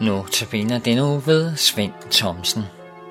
Notabene denne uge ved Svend Thomsen.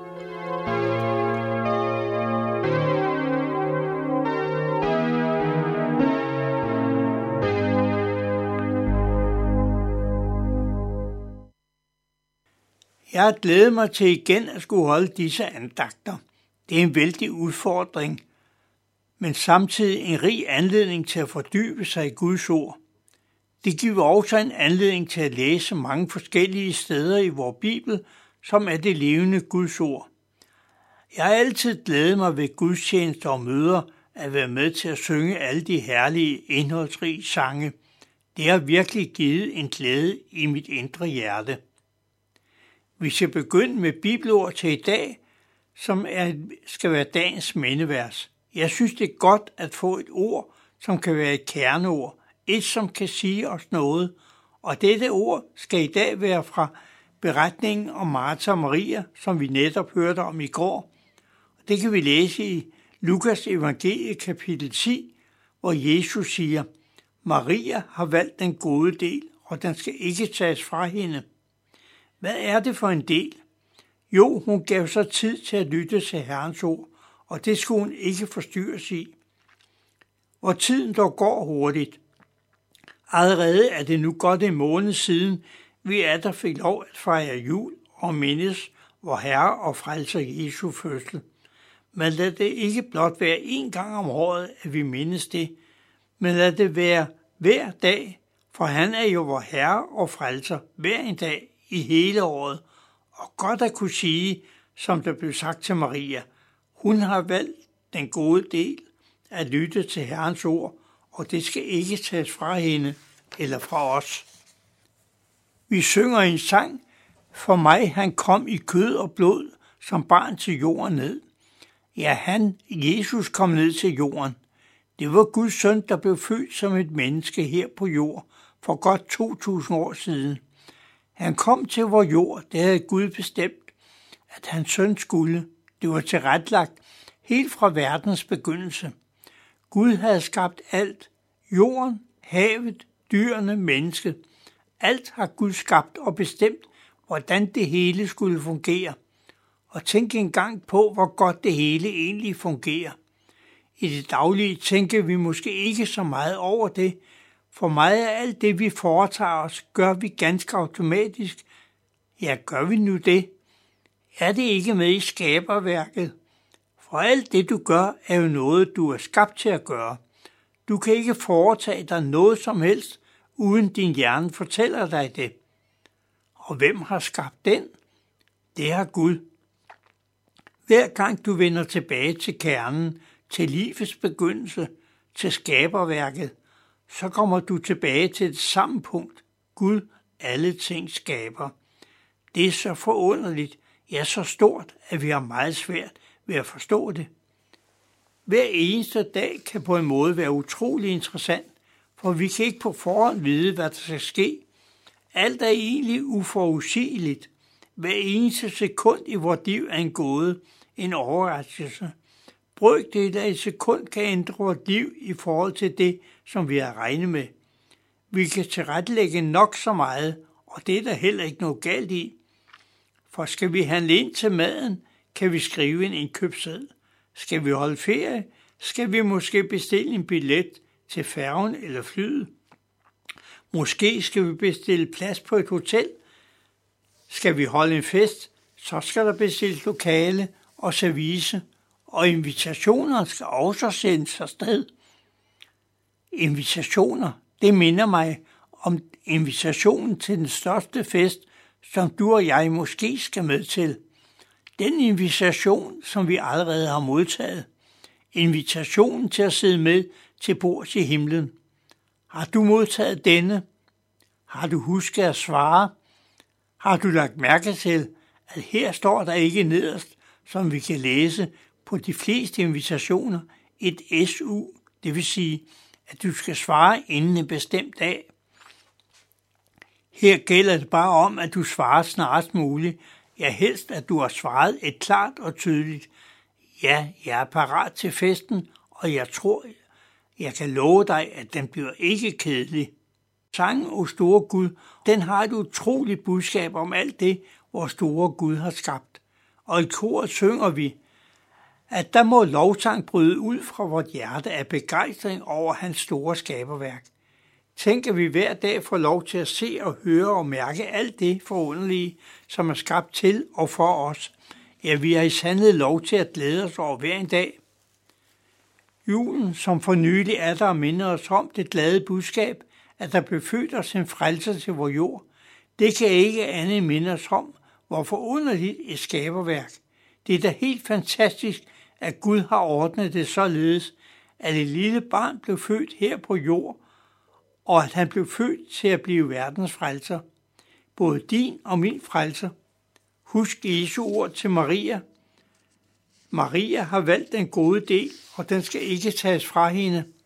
Jeg har glædet mig til igen at skulle holde disse andagter. Det er en vældig udfordring, men samtidig en rig anledning til at fordybe sig i Guds ord. Det giver også en anledning til at læse mange forskellige steder i vores Bibel, som er det levende Guds ord. Jeg har altid glædet mig ved gudstjenester og møder at være med til at synge alle de herlige, indholdsrige sange. Det har virkelig givet en glæde i mit indre hjerte. Vi skal begynde med bibelord til i dag, som skal være dagens mindevers. Jeg synes, det er godt at få et ord, som kan være et kerneord, et som kan sige os noget, og dette ord skal i dag være fra beretningen om Martha og Maria, som vi netop hørte om i går. Det kan vi læse i Lukas evangelie kapitel 10, hvor Jesus siger, Maria har valgt den gode del, og den skal ikke tages fra hende. Hvad er det for en del? Jo, hun gav sig tid til at lytte til Herrens ord, og det skulle hun ikke forstyrres i. Og tiden dog går hurtigt. Allerede er det nu godt en måned siden, vi der fik lov at fejre jul og mindes vor Herre og Frelser Jesu fødsel. Men lad det ikke blot være en gang om året, at vi mindes det, men lad det være hver dag, for han er jo vor Herre og Frelser hver en dag i hele året, og godt at kunne sige, som der blev sagt til Maria, hun har valgt den gode del at lytte til Herrens ord, og det skal ikke tages fra hende eller fra os. Vi synger en sang, for mig han kom i kød og blod som barn til jorden ned. Ja, Jesus kom ned til jorden. Det var Guds søn, der blev født som et menneske her på jord for godt 2000 år siden. Han kom til vor jord, det havde Gud bestemt, at hans søn skulle. Det var tilrettelagt helt fra verdens begyndelse. Gud havde skabt alt. Jorden, havet, dyrene, mennesket. Alt har Gud skabt og bestemt, hvordan det hele skulle fungere. Og tænk engang på, hvor godt det hele egentlig fungerer. I det daglige tænker vi måske ikke så meget over det, for meget af alt det, vi foretager os, gør vi ganske automatisk. Ja, gør vi nu det? Er det ikke med i skaberværket? For alt det, du gør, er jo noget, du er skabt til at gøre. Du kan ikke foretage dig noget som helst, uden din hjerne fortæller dig det. Og hvem har skabt den? Det har Gud. Hver gang du vender tilbage til kernen, til livets begyndelse, til skaberværket, så kommer du tilbage til et samme punkt. Gud, alle ting skaber. Det er så forunderligt, ja så stort, at vi har meget svært ved at forstå det. Hver eneste dag kan på en måde være utrolig interessant, for vi kan ikke på forhånd vide, hvad der skal ske. Alt er egentlig uforudsigeligt. Hver eneste sekund i vores liv er en gåde, en overraskelse. Brøkdel af et sekund kan ændre vores liv i forhold til det, som vi har regnet med. Vi kan tilrettelægge nok så meget, og det er der heller ikke noget galt i. For skal vi handle ind til maden, kan vi skrive en indkøbsseddel. Skal vi holde ferie, skal vi måske bestille en billet til færgen eller flyet. Måske skal vi bestille plads på et hotel. Skal vi holde en fest, så skal der bestilles lokale og service, og invitationer skal også sendes afsted. Invitationer, det minder mig om invitationen til den største fest, som du og jeg måske skal med til. Den invitation, som vi allerede har modtaget. Invitationen til at sidde med til bords i himlen. Har du modtaget denne? Har du husket at svare? Har du lagt mærke til, at her står der ikke nederst, som vi kan læse på de fleste invitationer, et SU, det vil sige, at du skal svare inden en bestemt dag. Her gælder det bare om, at du svarer snarest muligt. Ja, helst at du har svaret et klart og tydeligt. Ja, jeg er parat til festen, og jeg tror, jeg kan love dig, at den bliver ikke kedelig. Sangen O store Gud, den har et utroligt budskab om alt det, vores store Gud har skabt. Og i koret synger vi, at der må lovsang bryde ud fra vort hjerte af begejstring over hans store skaberværk. Tænk, at vi hver dag får lov til at se og høre og mærke alt det forunderlige, som er skabt til og for os. Ja, vi har i sandhed lov til at glæde os over hver en dag. Julen, som for nylig er der og minder os om det glade budskab, at der blev født os en frelser til vor jord, det kan ikke andet minde os om, hvor forunderligt et skaberværk. Det er da helt fantastisk, at Gud har ordnet det således, at et lille barn blev født her på jord, og at han blev født til at blive verdens frelser. Både din og min frelser. Husk Jesu ord til Maria. Maria har valgt den gode del, og den skal ikke tages fra hende.